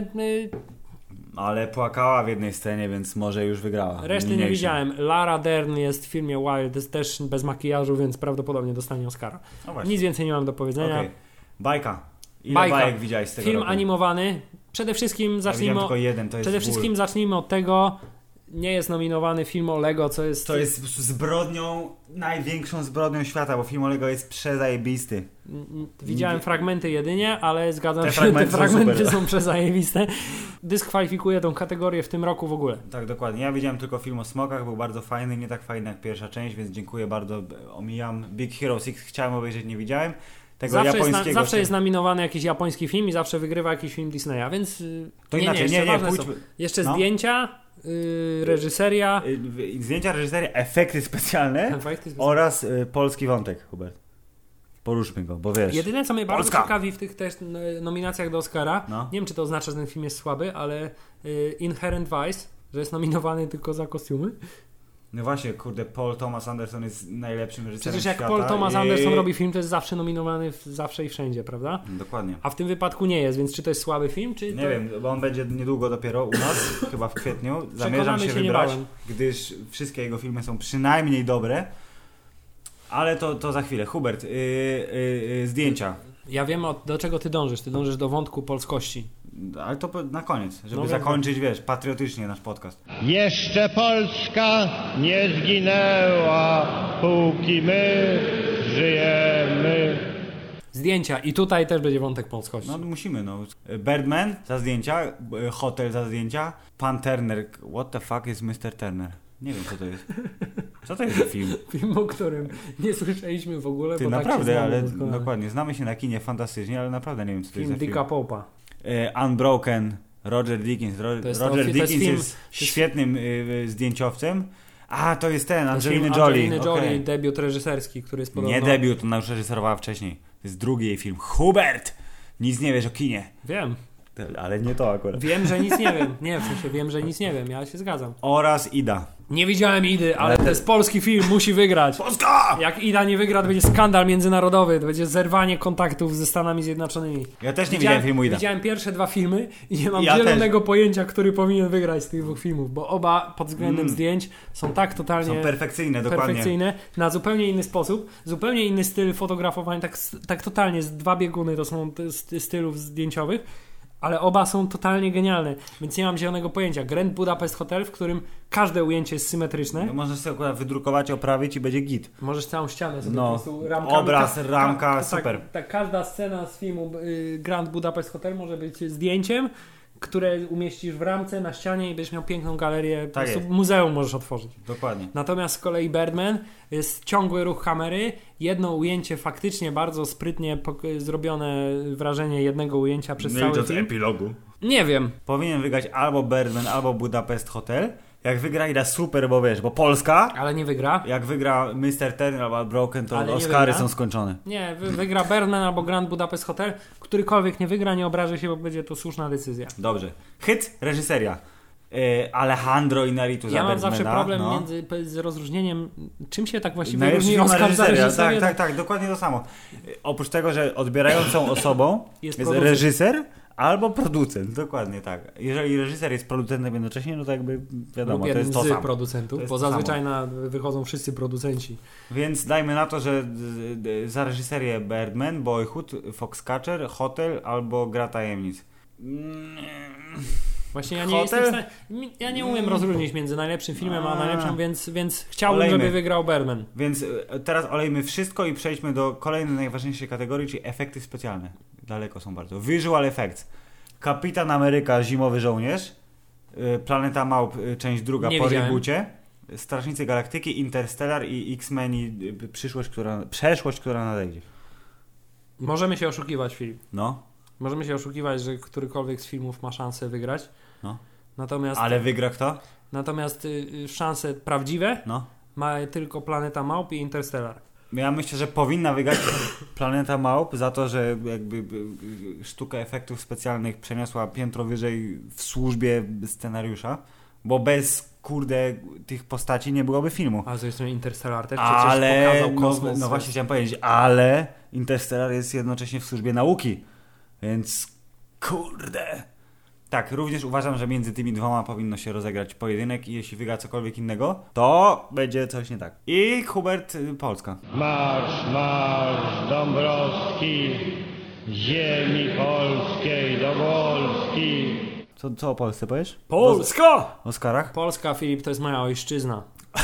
Ale płakała w jednej scenie, więc może już wygrała. Reszty nie widziałem. Lara Dern jest w filmie Wild, jest też bez makijażu, więc prawdopodobnie dostanie Oscara. No nic więcej nie mam do powiedzenia. Okay. Bajka. Ile bajek widziałeś z tego Film roku? animowany. Przede wszystkim zacznijmy od tego, nie jest nominowany film o Lego, co jest... To jest zbrodnią, największą zbrodnią świata, bo film o Lego jest przezajebisty. Widziałem fragmenty jedynie, ale zgadzam się, te fragmenty są przezajebiste. Dyskwalifikuję tą kategorię w tym roku w ogóle. Tak, dokładnie. Ja widziałem tylko film o smokach, był bardzo fajny, nie tak fajny jak pierwsza część, więc dziękuję bardzo, omijam. Big Hero 6 chciałem obejrzeć, nie widziałem. Tego zawsze jest nominowany jakiś japoński film i zawsze wygrywa jakiś film Disneya, więc to jeszcze zdjęcia, reżyseria. Zdjęcia, reżyseria, efekty specjalne oraz polski wątek, Hubert. Poruszmy go, bo wiesz. Jedyne, co mnie bardzo ciekawi w tych też nominacjach do Oscara, nie wiem, czy to oznacza, że ten film jest słaby, ale Inherent Vice, że jest nominowany tylko za kostiumy. No właśnie, kurde, Paul Thomas Anderson jest najlepszym reżyserem Przecież jak świata. Paul Thomas Anderson robi film, to jest zawsze nominowany zawsze i wszędzie, prawda? Dokładnie. A w tym wypadku nie jest, więc czy to jest słaby film, czy nie wiem, bo on będzie niedługo dopiero u nas, chyba w kwietniu. Zamierzam się wybrać, gdyż wszystkie jego filmy są przynajmniej dobre. Ale to za chwilę. Hubert, zdjęcia. Ja wiem, do czego ty dążysz. Ty dążysz do wątku polskości. Ale to na koniec, żeby zakończyć, wiesz, patriotycznie nasz podcast. Jeszcze Polska nie zginęła, póki my żyjemy. Zdjęcia. I tutaj też będzie wątek polskości. No musimy, no. Birdman za zdjęcia, Hotel za zdjęcia, Pan Turner. What the fuck is Mr. Turner? Nie wiem, co to jest. Co to jest za film? Film, o którym nie słyszeliśmy w ogóle. Ty bo naprawdę, tak ale dokładnie. Znamy się na kinie fantastycznie, ale naprawdę nie wiem, co to jest za film. Dicka Pope'a. Unbroken, Roger Deakins. Roger Deakins jest świetnym zdjęciowcem. A, to jest ten, Angelina Jolie. Okay. Debiut reżyserski, który jest podobno... Nie debiut, ona już reżyserowała wcześniej. To jest drugi jej film. Hubert! Nic nie wiesz o kinie. Wiem. Ale nie to akurat. Wiem, że nic nie wiem. Nie, w sensie wiem, że nic nie wiem. Ja się zgadzam. Oraz Ida. Nie widziałem Idy, ale to jest polski film, musi wygrać. Polska! Jak Ida nie wygra, to będzie skandal międzynarodowy, to będzie zerwanie kontaktów ze Stanami Zjednoczonymi. Ja też nie widziałem filmu Ida. Widziałem pierwsze 2 filmy i nie mam zielonego pojęcia, który powinien wygrać z tych 2 filmów, bo oba pod względem zdjęć są tak totalnie... Są perfekcyjne, dokładnie. Perfekcyjne, na zupełnie inny sposób, zupełnie inny styl fotografowania, tak totalnie, z 2 bieguny to są stylów zdjęciowych. Ale oba są totalnie genialne, więc nie mam zielonego pojęcia. Grand Budapest Hotel, w którym każde ujęcie jest symetryczne. No, możesz sobie akurat wydrukować, oprawić i będzie git. Możesz całą ścianę sobie po prostu ramkami. Obraz, ramka, super. Tak, każda scena z filmu Grand Budapest Hotel może być zdjęciem, które umieścisz w ramce na ścianie i będziesz miał piękną galerię. Po prostu muzeum możesz otworzyć. Dokładnie. Natomiast z kolei Birdman jest ciągły ruch kamery, jedno ujęcie faktycznie bardzo sprytnie zrobione wrażenie jednego ujęcia przez cały film. Epilogu. Nie wiem. Powinien wygrać albo Birdman, albo Budapest Hotel. Jak wygra Ida super, bo wiesz, bo Polska. Ale nie wygra. Jak wygra Mr. Turner albo Broken, to Oscary są skończone. Nie, wygra Birdman albo Grand Budapest Hotel. Którykolwiek nie wygra, nie obrażę się, bo będzie to słuszna decyzja. Dobrze. Hit, reżyseria. Alejandro Inarritu za Ja mam Birdmana, zawsze problem z rozróżnieniem, czym się tak właściwie różni Oscar za reżyserię. Tak, dokładnie to samo. Oprócz tego, że odbierającą osobą jest reżyser albo producent, dokładnie tak. Jeżeli reżyser jest producentem jednocześnie, no to jakby wiadomo, to jest to samo. Producentów, bo zazwyczaj wychodzą wszyscy producenci. Więc dajmy na to, że za reżyserię Birdman, Boyhood, Foxcatcher, Hotel albo Gra Tajemnic. Właśnie ja nie umiem rozróżnić między najlepszym filmem a najlepszym, więc chciałbym, żeby wygrał Birdman. Więc teraz olejmy wszystko i przejdźmy do kolejnej najważniejszej kategorii, czyli efekty specjalne. Daleko są bardzo. Visual Effects. Kapitan Ameryka, Zimowy Żołnierz. Planeta Małp, część 2 po reboocie. Strażnicy Galaktyki, Interstellar i X-Men i przeszłość, która nadejdzie. Możemy się oszukiwać, Filip. No. Możemy się oszukiwać, że którykolwiek z filmów ma szansę wygrać. No. Natomiast, ale wygra kto? Natomiast szanse prawdziwe Ma tylko Planeta Małp i Interstellar. Ja myślę, że powinna wygrać Planeta Małp za to, że jakby sztuka efektów specjalnych przeniosła piętro wyżej w służbie scenariusza, bo bez tych postaci nie byłoby filmu. A z drugiej strony Interstellar też przecież pokazał kosmos. No właśnie chciałem powiedzieć, ale Interstellar jest jednocześnie w służbie nauki, więc kurde. Tak, również uważam, że między tymi dwoma powinno się rozegrać pojedynek i jeśli wygra cokolwiek innego, to będzie coś nie tak. I Hubert, Polska. Marsz, marsz Dąbrowski, ziemi polskiej do Wolski. Co o Polsce powiesz? Polska! O Oscarach? Polska, Filip, to jest moja ojszczyzna.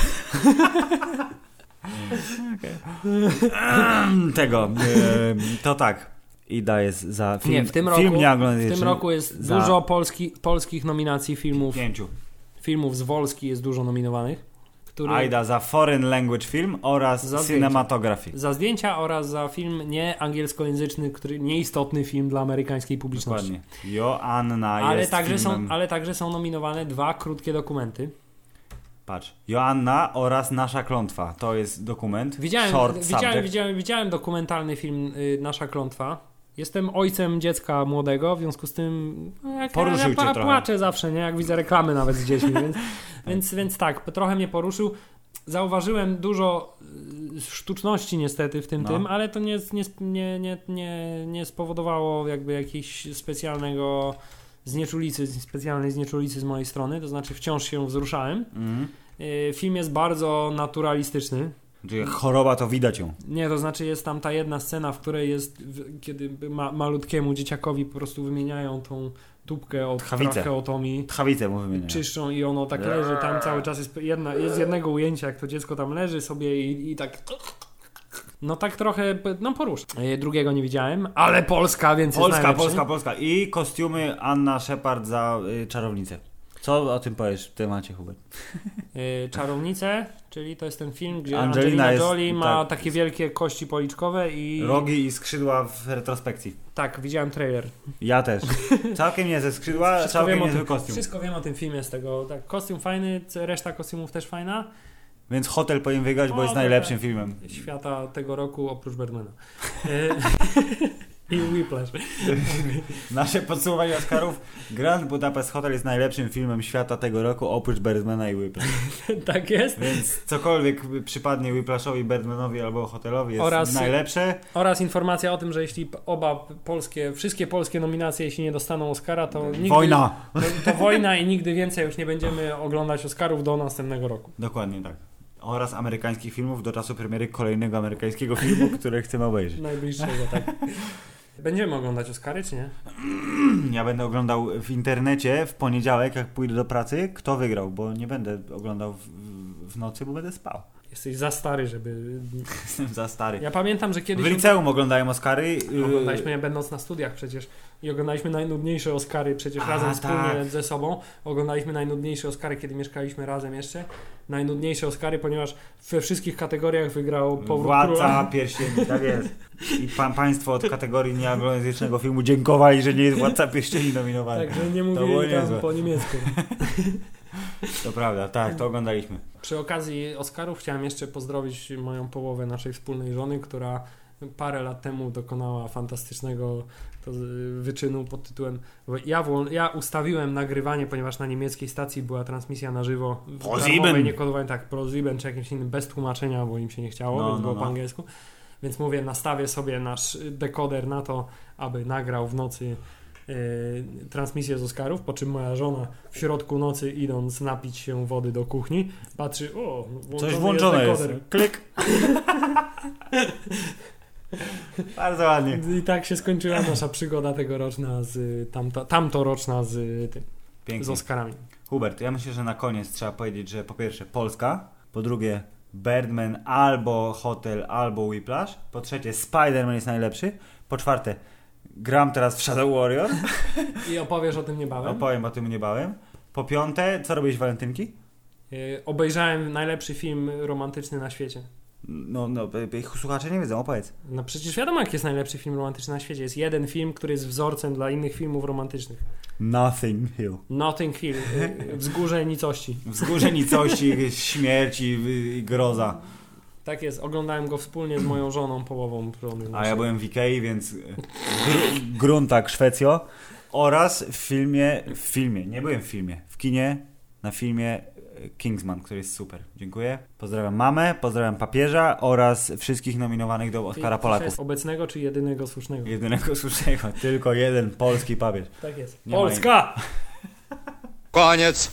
To tak. I daje za film. Nie, w tym roku jest dużo polskich nominacji filmów. 5. Filmów z Wolski jest dużo nominowanych. Aida za Foreign Language Film oraz Cinematography. Za zdjęcia oraz za film nie angielskojęzyczny, nieistotny film dla amerykańskiej publiczności. Dokładnie. Joanna jest filmem. Ale także są nominowane 2 krótkie dokumenty. Patrz, Joanna oraz Nasza Klątwa. To jest dokument. Widziałem dokumentalny film Nasza Klątwa. Jestem ojcem dziecka młodego, w związku z tym ja płaczę zawsze, nie? Jak widzę reklamy nawet z dziećmi, więc tak, trochę mnie poruszył. Zauważyłem dużo sztuczności niestety w tym, ale to nie spowodowało jakby jakiejś specjalnej znieczulicy z mojej strony, to znaczy wciąż się wzruszałem. Film jest bardzo naturalistyczny. Czyli choroba to widać ją. Nie, to znaczy jest tam ta jedna scena, w której jest, kiedy malutkiemu dzieciakowi po prostu wymieniają tą tubkę od tracheotomii. Tchawicę mu wymieniają. Czyszczą i ono tak leży tam cały czas. Jest jednego ujęcia, jak to dziecko tam leży sobie i tak... No tak trochę, porusza. Drugiego nie widziałem, ale Polska, więc jest najlepszy. Polska. I kostiumy Anna Shepard za Czarownicę. Co o tym powiesz w temacie, Hubert? Czarownice, czyli to jest ten film, gdzie Angelina Jolie ma takie wielkie kości policzkowe i... rogi i skrzydła w retrospekcji. Tak, widziałem trailer. Ja też. Całkiem nie ze skrzydła, całkiem niezły kostium. Wszystko wiem o tym filmie z tego. Tak, kostium fajny, reszta kostiumów też fajna. Więc Hotel powinien wygrać, bo jest najlepszym filmem świata tego roku oprócz Birdmana. I Whiplash. Nasze podsumowanie Oscarów. Grand Budapest Hotel jest najlepszym filmem świata tego roku oprócz Birdmana i Whiplash. Tak jest. Więc cokolwiek przypadnie Whiplashowi, Birdmanowi albo Hotelowi jest najlepsze. Oraz informacja o tym, że jeśli wszystkie polskie nominacje, jeśli nie dostaną Oscara, to nigdy... Wojna! To wojna i nigdy więcej już nie będziemy oglądać Oscarów do następnego roku. Dokładnie tak. Oraz amerykańskich filmów do czasu premiery kolejnego amerykańskiego filmu, który chcemy obejrzeć. Najbliższego, tak. Będziemy oglądać Oscary, czy nie? Ja będę oglądał w internecie w poniedziałek, jak pójdę do pracy, kto wygrał, bo nie będę oglądał w nocy, bo będę spał. Jesteś za stary, żeby... Jestem za stary. Ja pamiętam, że kiedyś... W liceum oglądałem Oscary. Oglądaliśmy będąc na studiach przecież. I oglądaliśmy najnudniejsze Oscary przecież razem wspólnie ze sobą. Oglądaliśmy najnudniejsze Oscary, kiedy mieszkaliśmy razem jeszcze. Najnudniejsze Oscary, ponieważ we wszystkich kategoriach wygrał Powrót Króla. Władca Pierścieni, tak jest. I państwo od kategorii nieanglojęzycznego filmu dziękowali, że nie jest Władca Pierścieni nominowany. Także nie mówili tam po niemiecku. To prawda, tak, to oglądaliśmy. Przy okazji Oscarów chciałem jeszcze pozdrowić moją połowę naszej wspólnej żony, która parę lat temu dokonała fantastycznego wyczynu pod tytułem ja ustawiłem nagrywanie, ponieważ na niemieckiej stacji była transmisja na żywo niekodowanej, tak, ProSieben czy jakimś innym, bez tłumaczenia, bo im się nie chciało, więc było po angielsku. Więc mówię, nastawię sobie nasz dekoder na to, aby nagrał w nocy transmisję z Oscarów, po czym moja żona w środku nocy, idąc napić się wody do kuchni, patrzy, coś włączone jest. Klik. Bardzo ładnie. I tak się skończyła nasza przygoda tegoroczna tamtoroczna z Oscarami. Hubert, ja myślę, że na koniec trzeba powiedzieć, że po pierwsze Polska, po drugie Birdman albo Hotel, albo Whiplash, po trzecie Spider-Man jest najlepszy, po czwarte gram teraz w Shadow Warrior. I opowiesz o tym niebawem. Opowiem o tym niebawem. Po piąte, co robisz w walentynki? Obejrzałem najlepszy film romantyczny na świecie. No, ich słuchacze nie wiedzą, opowiedz. No przecież wiadomo, jaki jest najlepszy film romantyczny na świecie. Jest jeden film, który jest wzorcem dla innych filmów romantycznych. Notting Hill. Notting Hill. Wzgórze nicości. Wzgórze nicości, śmierci i groza. Tak jest, oglądałem go wspólnie z moją żoną połową. A ja byłem w Ikei, więc Gruntag, Szwecjo. Oraz w filmie, nie byłem w filmie, w kinie, na filmie Kingsman, który jest super. Dziękuję. Pozdrawiam mamę, pozdrawiam papieża oraz wszystkich nominowanych do Oscara Polaków. Jest obecnego czy jedynego słusznego? Jedynego słusznego, tylko jeden polski papież. Tak jest. Nie Polska! Koniec.